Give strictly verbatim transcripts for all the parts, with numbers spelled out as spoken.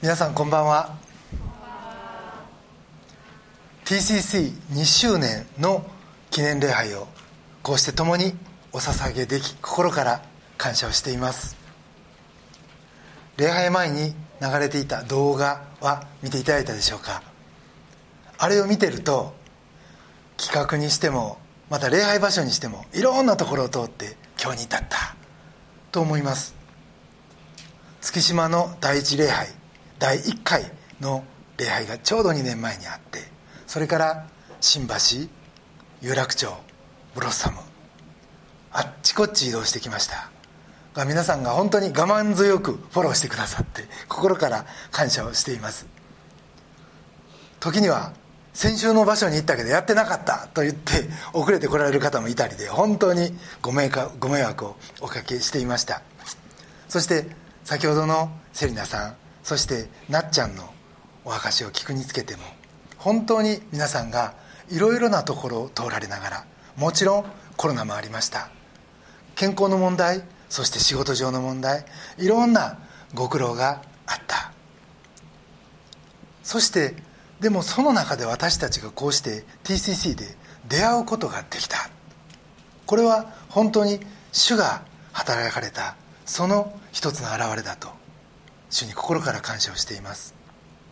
皆さんこんばんは。 ティーシーシーに 周年の記念礼拝をこうして共にお捧げでき、心から感謝をしています。礼拝前に流れていた動画は見ていただいたでしょうか。あれを見てると、企画にしてもまた礼拝場所にしてもいろんなところを通って今日に至ったと思います。月島の第一礼拝だいいっかいの礼拝がちょうどにねんまえにあって、それから新橋、有楽町、ブロッサム、あっちこっち移動してきましたが、皆さんが本当に我慢強くフォローしてくださって心から感謝をしています。時には先週の場所に行ったけどやってなかったと言って遅れて来られる方もいたりで、本当にご迷惑、ご迷惑をおかけしていました。そして先ほどのセリナさん、そしてなっちゃんのお話を聞くにつけても、本当に皆さんがいろいろなところを通られながら、もちろんコロナもありました、健康の問題、そして仕事上の問題、いろんなご苦労があった。そしてでもその中で私たちがこうして ティーシーシー で出会うことができた。これは本当に主が働かれたその一つの表れだと、主に心から感謝をしています。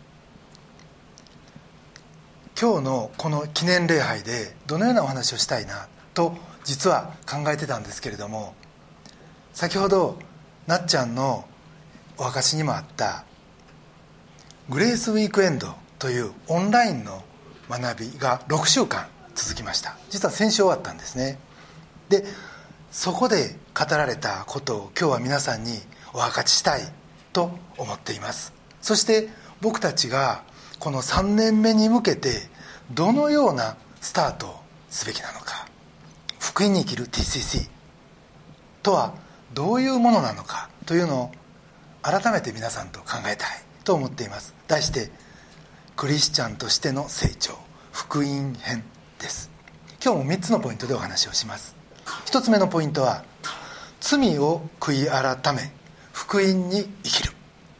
今日のこの記念礼拝でどのようなお話をしたいなと実は考えてたんですけれども、先ほどなっちゃんのお証にもあったグレースウィークエンドというオンラインの学びがろくしゅうかん続きました。実は先週終わったんですね。でそこで語られたことを今日は皆さんにお分かちしたいと思っています。そして僕たちがこのさんねんめに向けてどのようなスタートをすべきなのか、福音に生きる ティーシーシー とはどういうものなのかというのを改めて皆さんと考えたいと思っています。題してクリスチャンとしての成長、福音編です。今日もみっつのポイントでお話をします。ひとつめのポイントは、罪を悔い改め福音に生きる。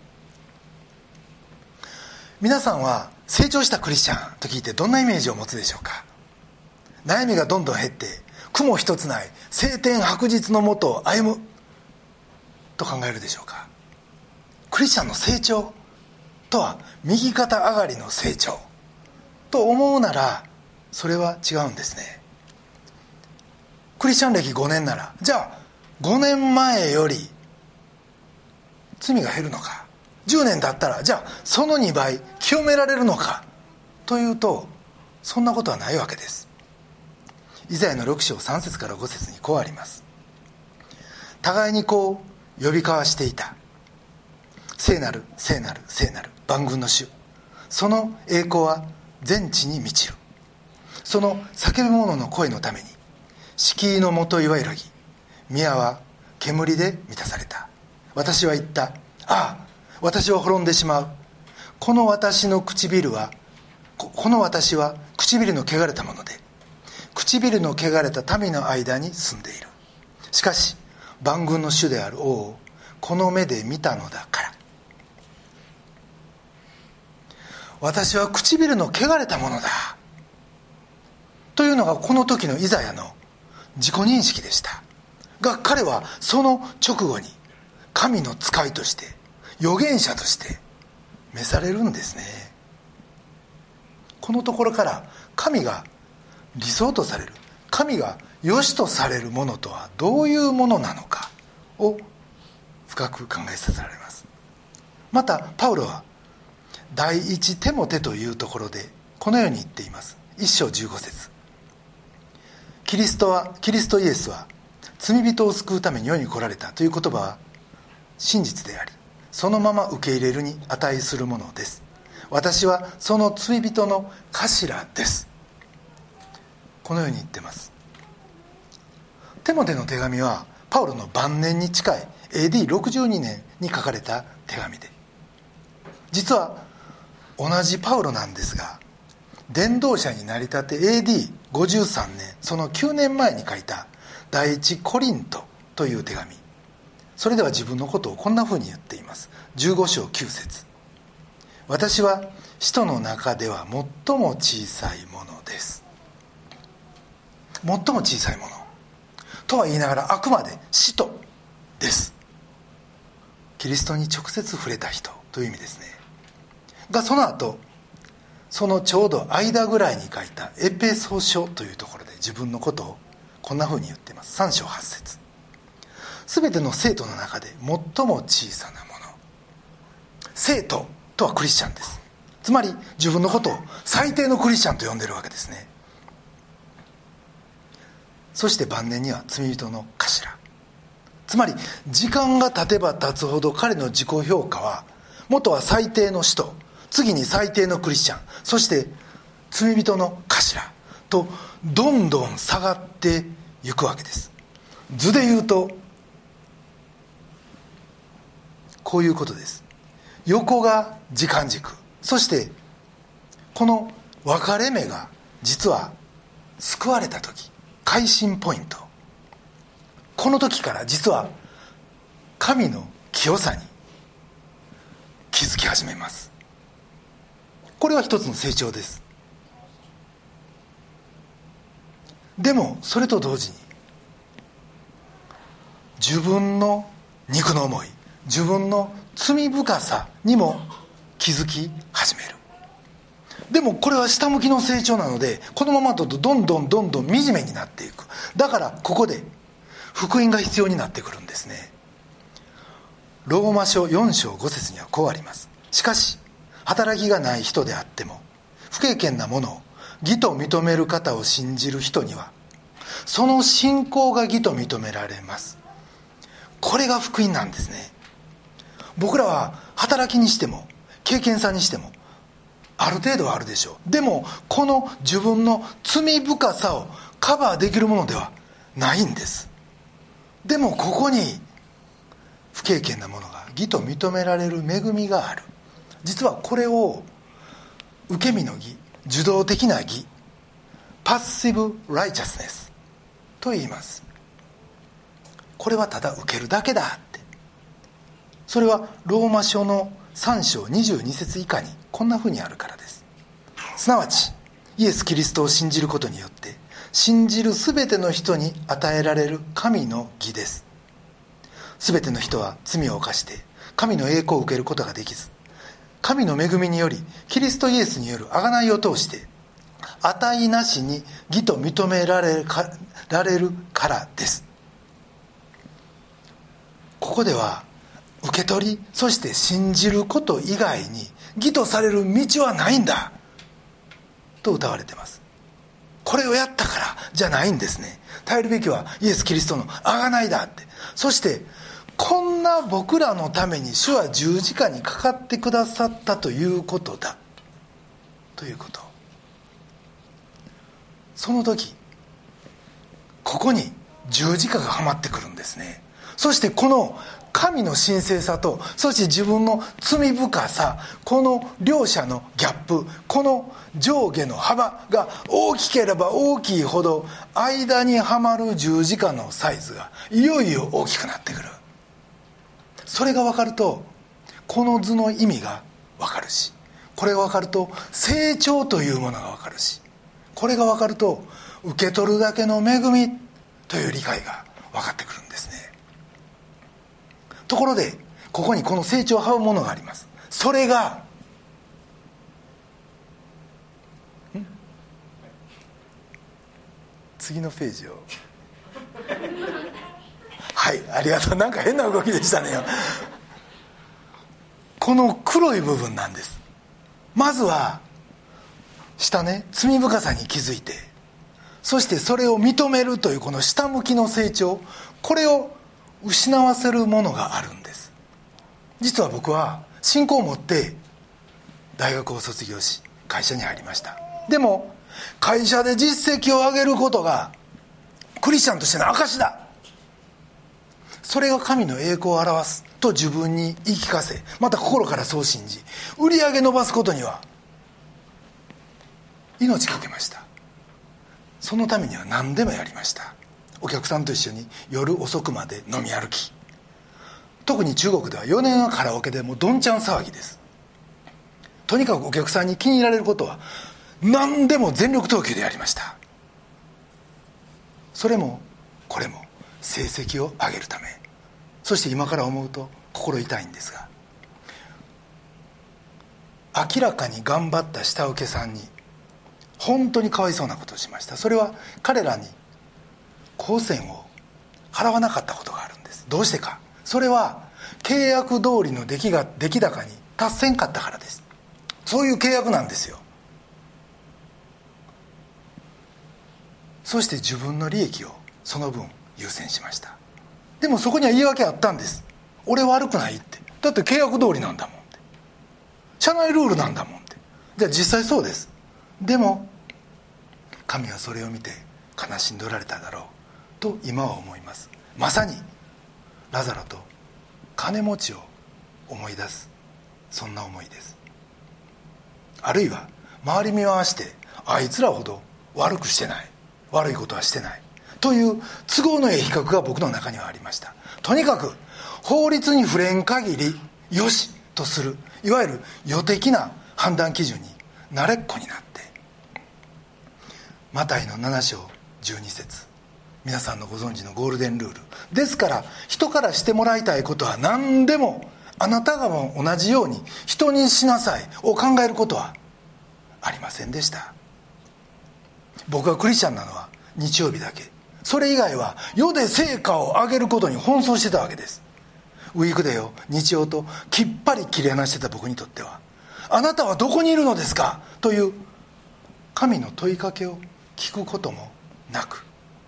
皆さんは成長したクリスチャンと聞いてどんなイメージを持つでしょうか。悩みがどんどん減って雲一つない晴天白日のもとを歩むと考えるでしょうか。クリスチャンの成長とは右肩上がりの成長と思うなら、それは違うんですね。クリスチャン歴ごねんなら、じゃあごねんまえより罪が減るのか、じゅうねん経ったらじゃあそのにばい清められるのかというと、そんなことはないわけです。イザヤのろくしょうさんせつからごせつにこうあります。互いにこう呼び交わしていた。聖なる聖なる聖なる万軍の主、その栄光は全地に満ちる。その叫ぶ者の声のために敷居のもといは揺らぎ、宮は煙で満たされた。私は言った。ああ、私は滅んでしまう。この私の唇はここの私は唇の汚れたもので、唇の汚れた民の間に住んでいる。しかし万軍の主である王をこの目で見たのだから。私は唇の汚れたものだというのがこの時のイザヤの自己認識でしたが、彼はその直後に神の使いとして、預言者として召されるんですね。このところから神が理想とされる、神が良しとされるものとはどういうものなのかを深く考えさせられます。またパウロは第一テモテというところでこのように言っています。いっしょうじゅうごせつ、キリストはキリストイエスは罪人を救うために世に来られたという言葉は真実であり、そのまま受け入れるに値するものです。私はその罪人の頭です。このように言ってます。テモテの手紙はパウロの晩年に近い エーディーろくじゅうにねんに書かれた手紙で、実は同じパウロなんですが、伝道者になりたて エーディーごじゅうさんねん、そのきゅうねんまえに書いた第一コリントという手紙、それでは自分のことをこんなふうに言っています。じゅうごしょうきゅうせつ、 私は使徒の中では最も小さいものです。最も小さいものとは言いながら、あくまで使徒です。キリストに直接触れた人という意味ですね。がその後、そのちょうど間ぐらいに書いたエペソ書というところで自分のことをこんなふうに言っています。さん章はち節。すべての生徒の中で最も小さなもの。生徒とはクリスチャンです。つまり自分のことを最低のクリスチャンと呼んでいるわけですね。そして晩年には罪人の頭。つまり時間が経てば経つほど彼の自己評価は、元は最低の使徒、次に最低のクリスチャン、そして罪人の頭とどんどん下がっていくわけです。図で言うとこういうことです。横が時間軸、そしてこの分かれ目が実は救われた時、改心ポイント。この時から実は神の清さに気づき始めます。これは一つの成長です。でもそれと同時に自分の肉の思い、自分の罪深さにも気づき始める。でもこれは下向きの成長なので、このままだとどんどんどんどん惨めになっていく。だからここで福音が必要になってくるんですね。ローマ書よん章ご節にはこうあります。しかし働きがない人であっても不経験なものを義と認める方を信じる人にはその信仰が義と認められます。これが福音なんですね。僕らは働きにしても経験さにしてもある程度はあるでしょう。でもこの自分の罪深さをカバーできるものではないんです。でもここに不経験なものが義と認められる恵みがある。実はこれを受け身の義、受動的な義、パッシブライチャスネスと言います。これはただ受けるだけだって。それはローマ書のさん章にじゅうに節以下にこんなふうにあるからです。すなわちイエス・キリストを信じることによって信じるすべての人に与えられる神の義です。すべての人は罪を犯して神の栄光を受けることができず、神の恵みによりキリストイエスによる贖いを通して値なしに義と認められるか、られるからです。ここでは受け取り、そして信じること以外に義とされる道はないんだと謳われています。これをやったからじゃないんですね。頼るべきはイエス・キリストの贖いだって。そしてこんな僕らのために主は十字架にかかってくださったということだということ。その時ここに十字架がはまってくるんですね。そしてこの神の神聖さと、そして自分の罪深さ、この両者のギャップ、この上下の幅が大きければ大きいほど間にはまる十字架のサイズがいよいよ大きくなってくる。それが分かるとこの図の意味が分かるし、これが分かると成長というものが分かるし、これが分かると受け取るだけの恵みという理解が分かってくるんですね。ところでここにこの成長をはうものがあります。それが次のページをはい、ありがとう。なんか変な動きでしたね。この黒い部分なんです。まずは下ね、罪深さに気づいて、そしてそれを認めるというこの下向きの成長、これを失わせるものがあるんです。実は僕は信仰を持って大学を卒業し会社に入りました。でも会社で実績を上げることがクリスチャンとしての証だ、それが神の栄光を表すと自分に言い聞かせ、また心からそう信じ、売り上げ伸ばすことには命かけました。そのためには何でもやりました。お客さんと一緒に夜遅くまで飲み歩き、特に中国ではよねんはカラオケでもうどんちゃん騒ぎです。 とにかくお客さんに気に入られることは何でも全力投球でやりました。それもこれも成績を上げるため。そして今から思うと心痛いんですが、明らかに頑張った下請けさんに本当にかわいそうなことをしました。それは彼らに工銭を払わなかったことがあるんです。どうしてか。それは契約通りの出来が出来高に達せんかったからです。そういう契約なんですよ。そして自分の利益をその分優先しました。でもそこには言い訳あったんです。俺悪くないって。だって契約通りなんだもんって。社内ルールなんだもんって。じゃあ実際そうです。でも神はそれを見て悲しんでおられただろうと今は思います。まさにラザロと金持ちを思い出す、そんな思いです。あるいは周り見回して、あいつらほど悪くしてない、悪いことはしてないという都合のいい比較が僕の中にはありました。とにかく法律に触れん限りよしとする、いわゆる予的な判断基準に慣れっこになって、マタイのなな章じゅうに節、皆さんのご存知のゴールデンルールですから、人からしてもらいたいことは何でもあなたがも同じように人にしなさいを考えることはありませんでした。僕がクリスチャンなのは日曜日だけ。それ以外は世で成果を上げることに奔走してたわけです。ウィークデーを日曜ときっぱり切り離してた僕にとっては、あなたはどこにいるのですかという神の問いかけを聞くこともなく、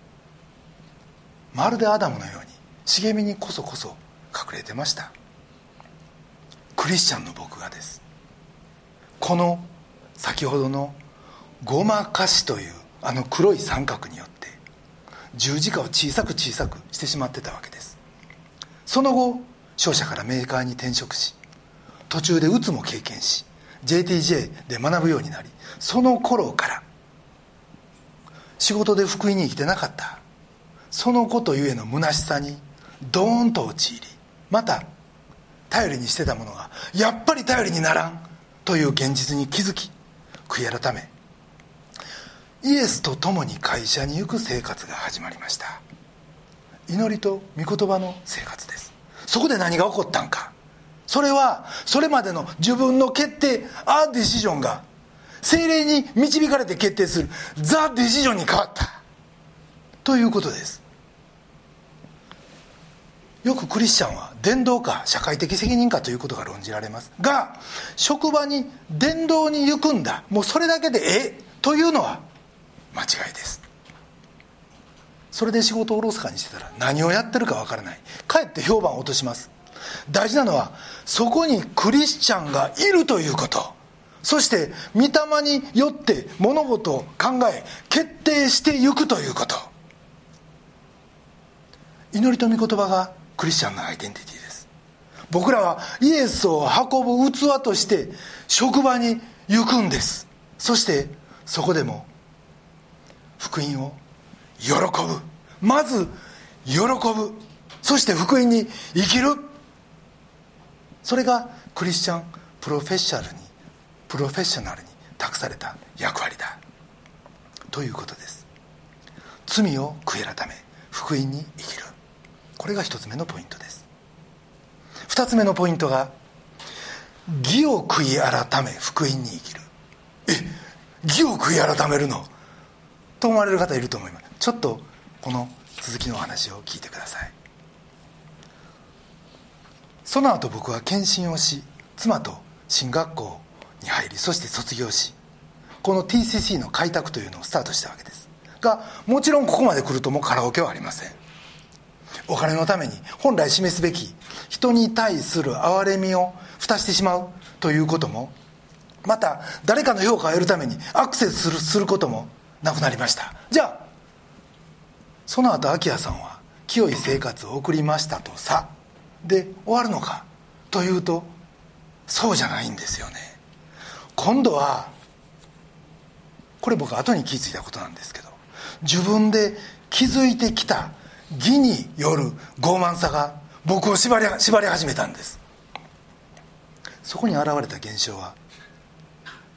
まるでアダムのように茂みにこそこそ隠れてました。クリスチャンの僕がです。この先ほどのごまかしというあの黒い三角によって十字架を小さく小さくしてしまってたわけです。その後商社からメーカーに転職し、途中でうつも経験し ジェーティージェー で学ぶようになり、その頃から仕事で福音に生きてなかった、そのことゆえの虚しさにドーンと陥り、また頼りにしてたものがやっぱり頼りにならんという現実に気づき、悔い改めイエスと共に会社に行く生活が始まりました。祈りと御言葉の生活です。そこで何が起こったんか。それはそれまでの自分の決定、ア・ディシジョンが聖霊に導かれて決定するザ・ディシジョンに変わったということです。よくクリスチャンは伝道か社会的責任かということが論じられますが、職場に伝道に行くんだ、もうそれだけでええというのは間違いです。それで仕事をおろそかにしてたら何をやってるかわからない、かえって評判を落とします。大事なのはそこにクリスチャンがいるということ、そして御霊によって物事を考え決定していくということ。祈りと御言葉がクリスチャンのアイデンティティです。僕らはイエスを運ぶ器として職場に行くんです。そしてそこでも福音を喜ぶ、まず喜ぶ、そして福音に生きる。それがクリスチャンプロフェッショナルにプロフェッショナルに託された役割だということです。罪を悔い改め福音に生きる、これが一つ目のポイントです。二つ目のポイントが義を悔い改め福音に生きる。え、義を悔い改めるのと思われる方いると思います。ちょっとこの続きのお話を聞いてください。その後僕は献身をし、妻と進学校に入り、そして卒業し、この ティーシーシー の開拓というのをスタートしたわけですが、もちろんここまで来るともうカラオケはありません。お金のために本来示すべき人に対する憐れみを蓋してしまうということも、また誰かの評価を得るためにアクセスする、することもなくなりました。じゃあその後秋谷さんは清い生活を送りましたとさで終わるのかというと、そうじゃないんですよね。今度はこれ僕後に気づいたことなんですけど、自分で気づいてきた義による傲慢さが僕を縛り、縛り始めたんです。そこに現れた現象は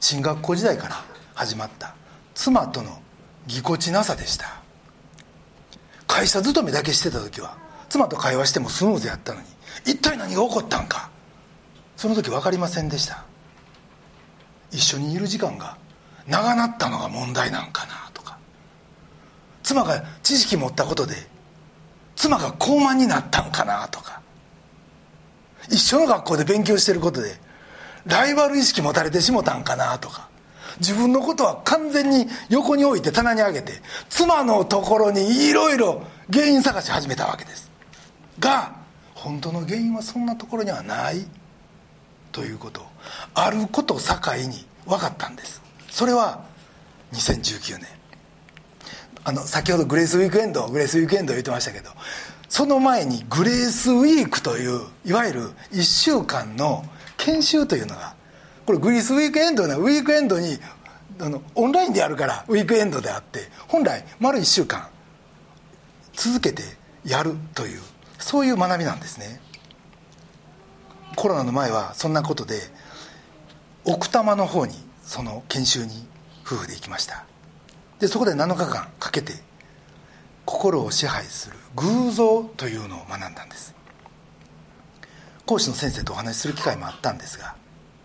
進学校時代から始まった妻とのぎこちなさでした。会社勤めだけしてた時は妻と会話してもスムーズやったのに、一体何が起こったんか、その時分かりませんでした。一緒にいる時間が長なったのが問題なんかなとか、妻が知識持ったことで妻が高慢になったんかなとか、一緒の学校で勉強してることでライバル意識持たれてしもたんかなとか、自分のことは完全に横に置いて棚に上げて妻のところにいろいろ原因探し始めたわけですが、本当の原因はそんなところにはないということをあることを境に分かったんです。それはにせんじゅうきゅうねん、あの先ほどグレースウィークエンドグレースウィークエンド言ってましたけど、その前にグレースウィークといういわゆるいっしゅうかんの研修というのが、これグレースウィークエンドのウィークエンドにあのオンラインでやるからウィークエンドであって、本来丸いっしゅうかん続けてやるという、そういう学びなんですね。コロナの前はそんなことで奥多摩の方にその研修に夫婦で行きました。でそこでなのかかんかけて心を支配する偶像というのを学んだんです。講師の先生とお話しする機会もあったんですが、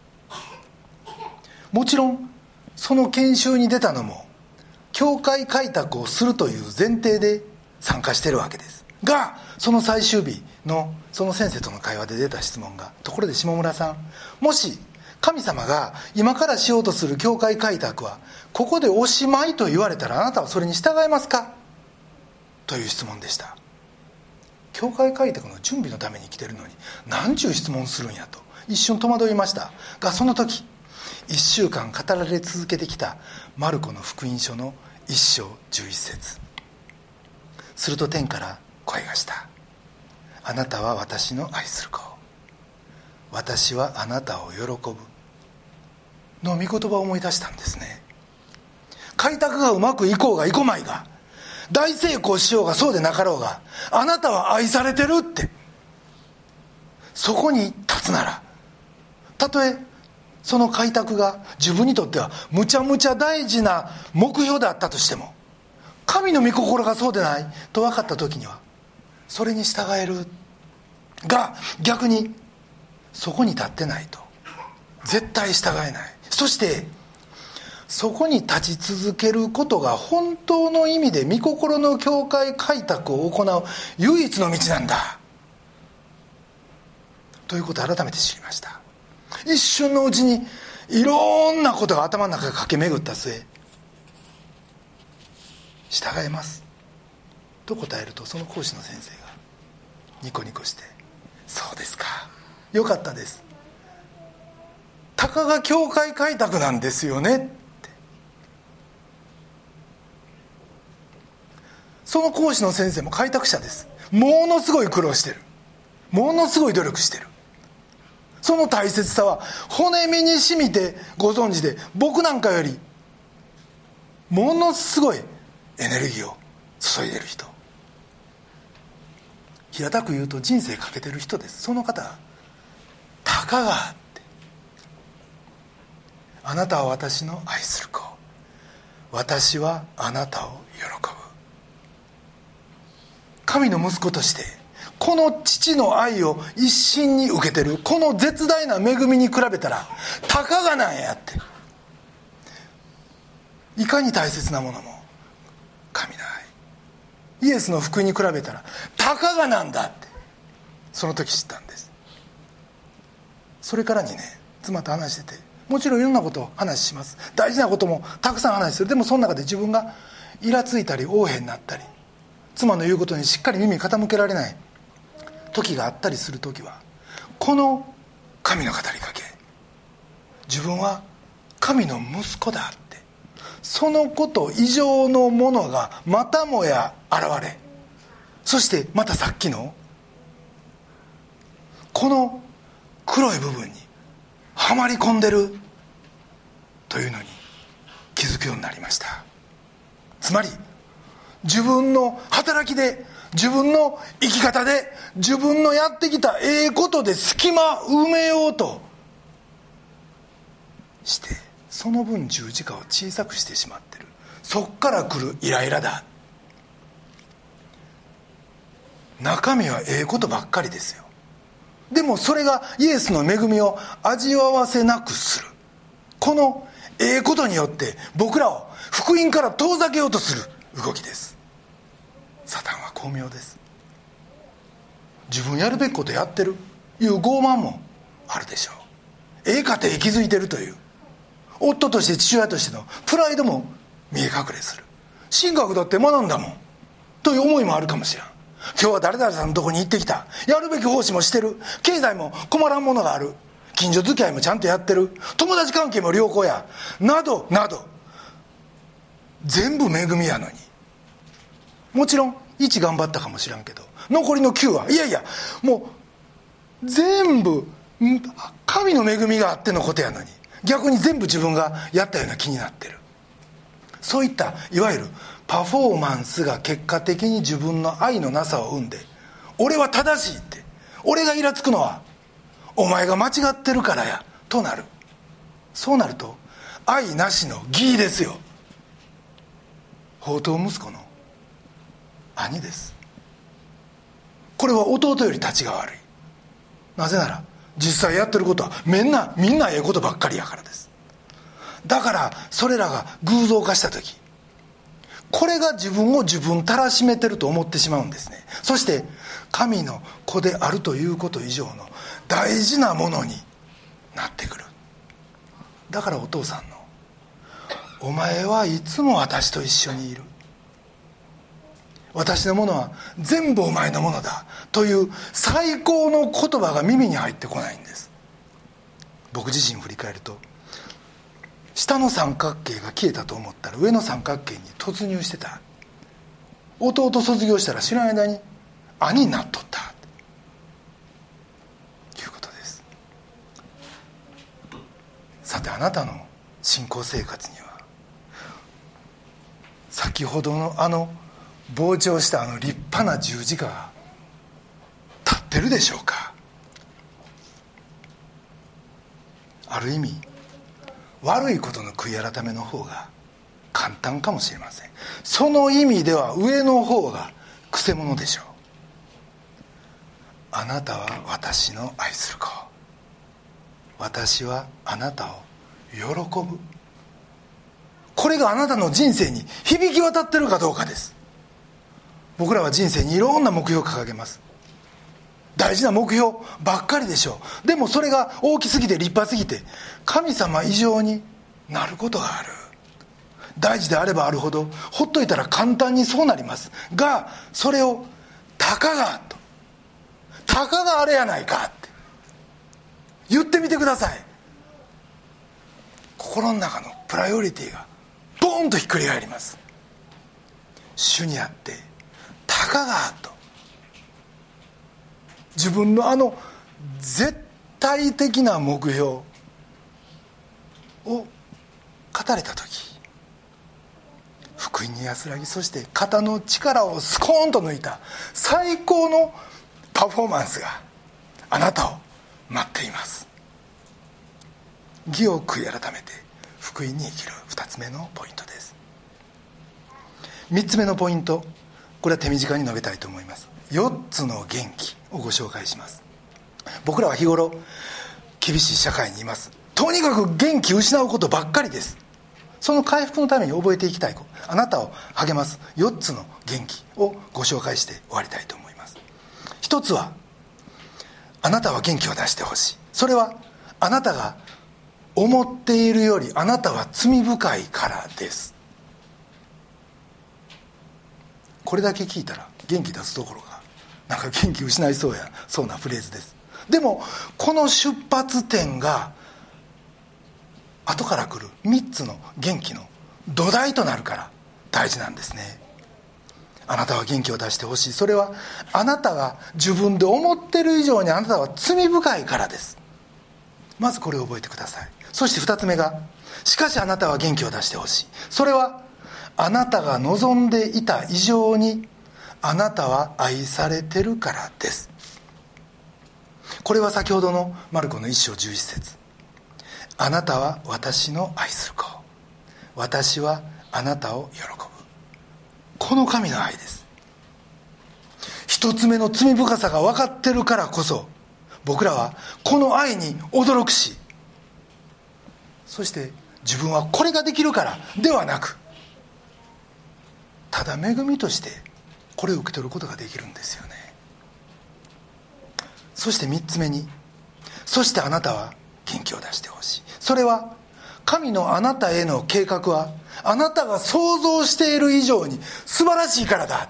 もちろんその研修に出たのも教会開拓をするという前提で参加しているわけですが、その最終日のその先生との会話で出た質問が、ところで下村さん、もし神様が今からしようとする教会開拓はここでおしまいと言われたら、あなたはそれに従いますかという質問でした。教会開拓の準備のために来てるのに何ちゅう質問するんやと一瞬戸惑いましたが、その時いっしゅうかん語られ続けてきたマルコの福音書のいっ章じゅういち節、すると天から声がした。あなたは私の愛する子、私はあなたを喜ぶの御言葉を思い出したんですね。開拓がうまくいこうがいこまいが、大成功しようがそうでなかろうが、あなたは愛されてるって、そこに立つなら、たとえその開拓が自分にとってはむちゃむちゃ大事な目標であったとしても、神の御心がそうでないと分かった時にはそれに従える。が逆にそこに立ってないと絶対従えない。そしてそこに立ち続けることが本当の意味で御心の教会開拓を行う唯一の道なんだということを改めて知りました。一瞬のうちにいろんなことが頭の中で駆け巡った末、従えますと答えると、その講師の先生がニコニコして、そうですか、よかったです、たかが教会開拓なんですよねって。その講師の先生も開拓者です。ものすごい苦労してる、ものすごい努力してる。その大切さは骨身に染みてご存知で、僕なんかよりものすごいエネルギーを注いでる人、平たく言うと人生かけてる人です。その方がたかがあって、あなたは私の愛する子、私はあなたを喜ぶ。神の息子としてこの父の愛を一身に受けてるこの絶大な恵みに比べたらたかがなんやって、いかに大切なものも神の愛、イエスの福音に比べたらたかがなんだって、その時知ったんです。それからにね、妻と話してて、もちろんいろんなことを話します。大事なこともたくさん話する。でもその中で自分がイラついたり横柄になったり、妻の言うことにしっかり耳傾けられない時があったりする時は、この神の語りかけ、自分は神の息子だって、そのこと以上のものがまたもや現れ、そしてまたさっきのこの黒い部分にはまり込んでるというのに気づくようになりました。つまり自分の働きで、自分の生き方で、自分のやってきたええことで隙間埋めようとしてその分十字架を小さくしてしまってる。そっから来るイライラだ。中身はええことばっかりですよ。でもそれがイエスの恵みを味わわせなくする、このええことによって僕らを福音から遠ざけようとする動きです。サタンは巧妙です。自分やるべきことやってるいう傲慢もあるでしょう。ええ家庭築いてるという夫として父親としてのプライドも見え隠れする。神学だって学んだもんという思いもあるかもしれん。今日は誰々さんのとこに行ってきた、やるべき奉仕もしてる、経済も困らんものがある、近所付き合いもちゃんとやってる、友達関係も良好や、などなど、全部恵みやのに、もちろんいち頑張ったかもしらんけど、残りのきゅうはいやいやもう全部神の恵みがあってのことやのに、逆に全部自分がやったような気になってる。そういったいわゆるパフォーマンスが結果的に自分の愛のなさを生んで、俺は正しいって、俺がイラつくのはお前が間違ってるからやとなる。そうなると愛なしの義ですよ。放蕩息子の兄です。これは弟より立ちが悪い。なぜなら実際やってることはみんなみんなええことばっかりやからです。だからそれらが偶像化した時、これが自分を自分たらしめてると思ってしまうんですね。そして神の子であるということ以上の大事なものになってくる。だからお父さんのお前はいつも私と一緒にいる、私のものは全部お前のものだという最高の言葉が耳に入ってこないんです。僕自身振り返ると、下の三角形が消えたと思ったら上の三角形に突入してた。弟卒業したら知らない間に兄になっとったということです。さてあなたの信仰生活には先ほどのあの膨張したあの立派な十字架が立ってるでしょうか。ある意味悪いことの悔い改めの方が簡単かもしれません。その意味では上の方がくせ者でしょう。あなたは私の愛する子、私はあなたを喜ぶ。これがあなたの人生に響き渡ってるかどうかです。僕らは人生にいろんな目標を掲げます。大事な目標ばっかりでしょう。でもそれが大きすぎて立派すぎて神様以上になることがある。大事であればあるほどほっといたら簡単にそうなりますが、それをたかがとたかがあれやないかって言ってみてください。心の中のプライオリティがボーンとひっくり返ります。主にあってたかがと自分のあの絶対的な目標を語れた時、福音に安らぎ、そして肩の力をスコーンと抜いた最高のパフォーマンスがあなたを待っています。義を悔い改めて福音に生きるふたつめのポイントです。みっつめのポイント、これは手短に述べたいと思います。よっつの元気をご紹介します。僕らは日頃厳しい社会にいます。とにかく元気失うことばっかりです。その回復のために覚えていきたいこと、あなたを励ますよっつの元気をご紹介して終わりたいと思います。ひとつは、あなたは元気を出してほしい。それはあなたが思っているよりあなたは罪深いからです。これだけ聞いたら元気出すところがなんか元気失いそうやそうなフレーズです。でもこの出発点が後から来るみっつの元気の土台となるから大事なんですね。あなたは元気を出してほしい。それはあなたが自分で思ってる以上にあなたは罪深いからです。まずこれを覚えてください。そしてふたつめが、しかしあなたは元気を出してほしい。それはあなたが望んでいた以上にあなたは愛されてるからです。これは先ほどのマルコのいっ章じゅういち節、 あなたは私の愛する子、私はあなたを喜ぶ。この神の愛です。一つ目の罪深さが分かってるからこそ、僕らはこの愛に驚くし、そして自分はこれができるからではなく、ただ恵みとしてこれを受け取ることができるんですよね。そして三つ目に、そしてあなたは元気を出してほしい。それは神のあなたへの計画はあなたが想像している以上に素晴らしいからだって。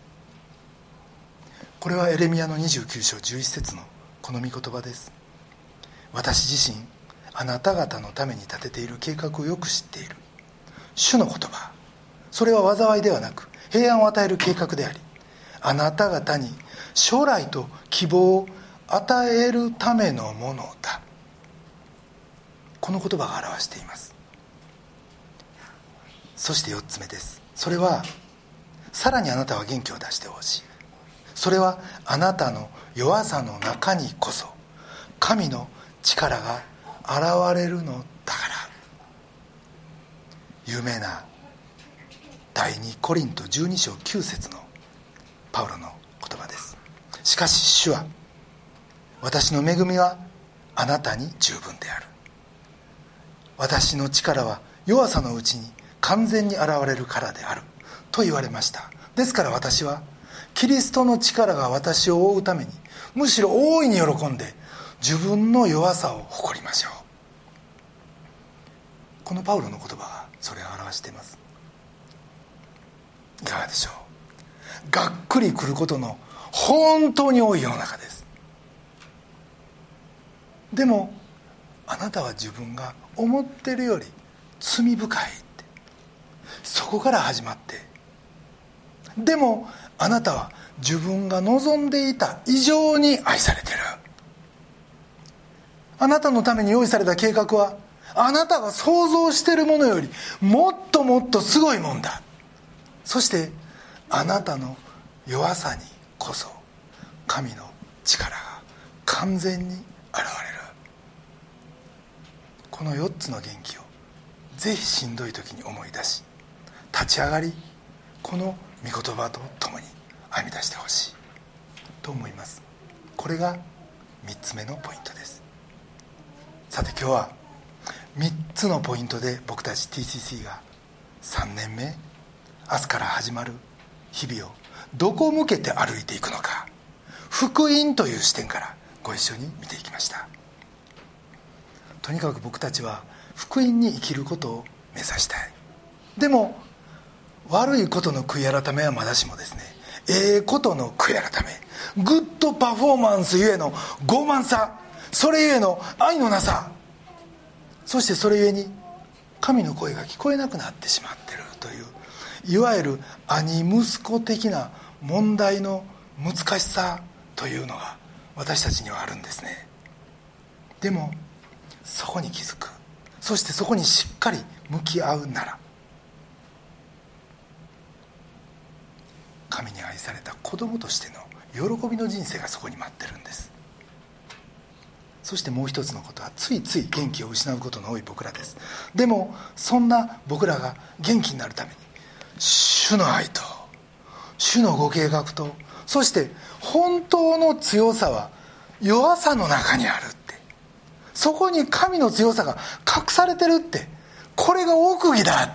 これはエレミヤのにじゅうきゅうしょうじゅういち節のこの御言葉です。私自身あなた方のために立てている計画をよく知っている。主の言葉、それは災いではなく平安を与える計画であり、あなた方に将来と希望を与えるためのものだ。この言葉が表しています。そして四つ目です。それはさらにあなたは元気を出してほしい。それはあなたの弱さの中にこそ神の力が現れるのだから。有名な第二コリントじゅうにしょうきゅう節のパウロの言葉です。しかし主は、私の恵みはあなたに十分である。私の力は弱さのうちに完全に現れるからであると言われました。ですから私はキリストの力が私を覆うためにむしろ大いに喜んで自分の弱さを誇りましょう。このパウロの言葉がそれを表しています。いかがでしょう。がっくりくることの本当に多い世の中です。でもあなたは自分が思っているより罪深いって、そこから始まって、でもあなたは自分が望んでいた以上に愛されてる。あなたのために用意された計画はあなたが想像しているものよりもっともっとすごいもんだ。そしてあなたの弱さにこそ神の力が完全に現れる。このよっつの元気をぜひしんどい時に思い出し、立ち上がり、この御言葉とともに編み出してほしいと思います。これがみっつめのポイントです。さて今日はみっつのポイントで僕たち ティーシーシー がさんねんめ、明日から始まる日々をどこを向けて歩いていくのか、福音という視点からご一緒に見ていきました。とにかく僕たちは福音に生きることを目指したい。でも悪いことの悔い改めはまだしもですね、ええことの悔い改め、グッドパフォーマンスゆえの傲慢さ、それゆえの愛のなさ、そしてそれゆえに神の声が聞こえなくなってしまっているという、いわゆる兄息子的な問題の難しさというのが私たちにはあるんですね。でもそこに気づく、そしてそこにしっかり向き合うなら、神に愛された子供としての喜びの人生がそこに待ってるんです。そしてもう一つのことは、ついつい元気を失うことの多い僕らです。でもそんな僕らが元気になるために、主の愛と主のご計画と、そして本当の強さは弱さの中にあるって、そこに神の強さが隠されてるって、これが奥義だって、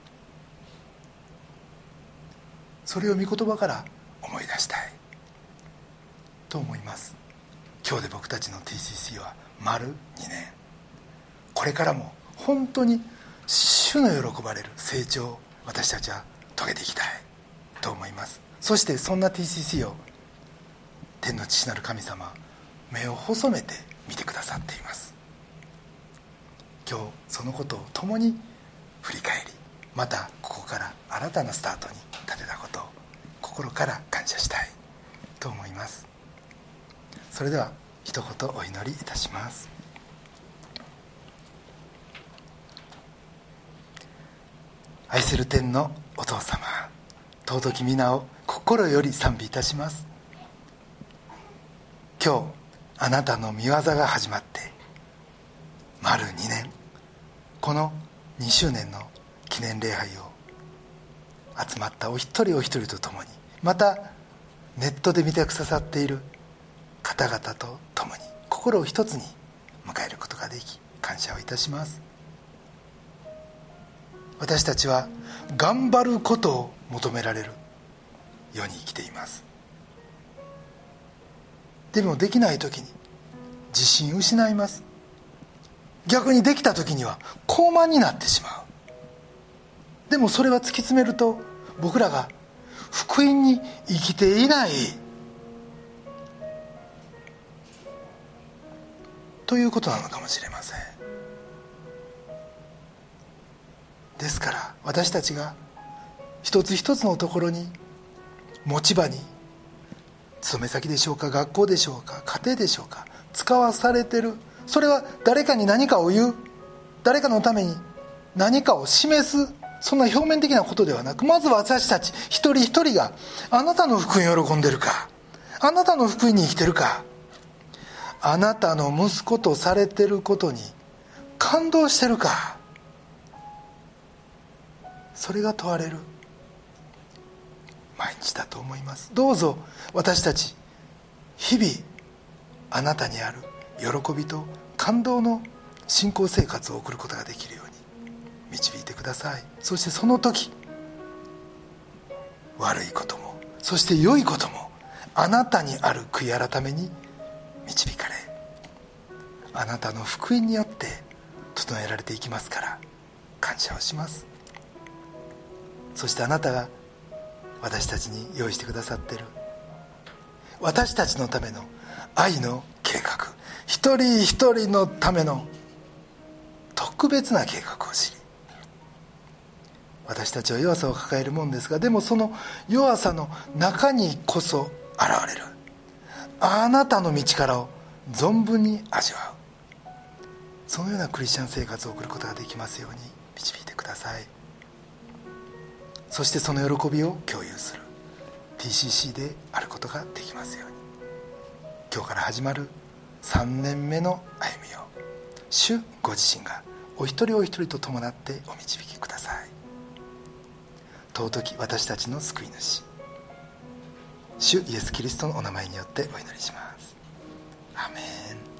それを御言葉から思い出したいと思います。今日で僕たちの ティーシーシー は丸にねん、これからも本当に主の喜ばれる成長を私たちは遂げていきたいと思います。そしてそんな ティーシーシー を天の父なる神様、目を細めて見てくださっています。今日そのことを共に振り返り、またここから新たなスタートに立てたことを心から感謝したいと思います。それでは一言お祈りいたします。愛する天のお父様、尊き皆を心より賛美いたします。今日あなたの御業が始まって丸にねん、このにしゅうねんの記念礼拝を集まったお一人お一人と共に、またネットで見てくださっている方々と共に心を一つに迎えることができ感謝をいたします。私たちは頑張ることを求められる世に生きています。でもできない時に自信を失います。逆にできた時には高慢になってしまう。でもそれは突き詰めると、僕らが福音に生きていないということなのかもしれません。ですから私たちが一つ一つのところに、持ち場に、勤め先でしょうか、学校でしょうか、家庭でしょうか、使わされてる、それは誰かに何かを言う、誰かのために何かを示す、そんな表面的なことではなく、まず私たち一人一人があなたの福音を喜んでるか、あなたの福音に生きてるか、あなたの息子とされてることに感動してるか、それが問われる毎日だと思います。どうぞ私たち日々あなたにある喜びと感動の信仰生活を送ることができるように導いてください。そしてその時、悪いこともそして良いこともあなたにある悔い改めに導かれ、あなたの福音によって整えられていきますから感謝をします。そしてあなたが私たちに用意してくださっている私たちのための愛の計画、一人一人のための特別な計画を知り、私たちは弱さを抱えるもんですが、でもその弱さの中にこそ現れるあなたの道からを存分に味わう、そのようなクリスチャン生活を送ることができますように導いてください。そしてその喜びを共有する ティーシーシー であることができますように、今日から始まるさんねんめの歩みを主ご自身がお一人お一人と伴ってお導きください。尊き私たちの救い主、主イエス・キリストのお名前によってお祈りします。アメン。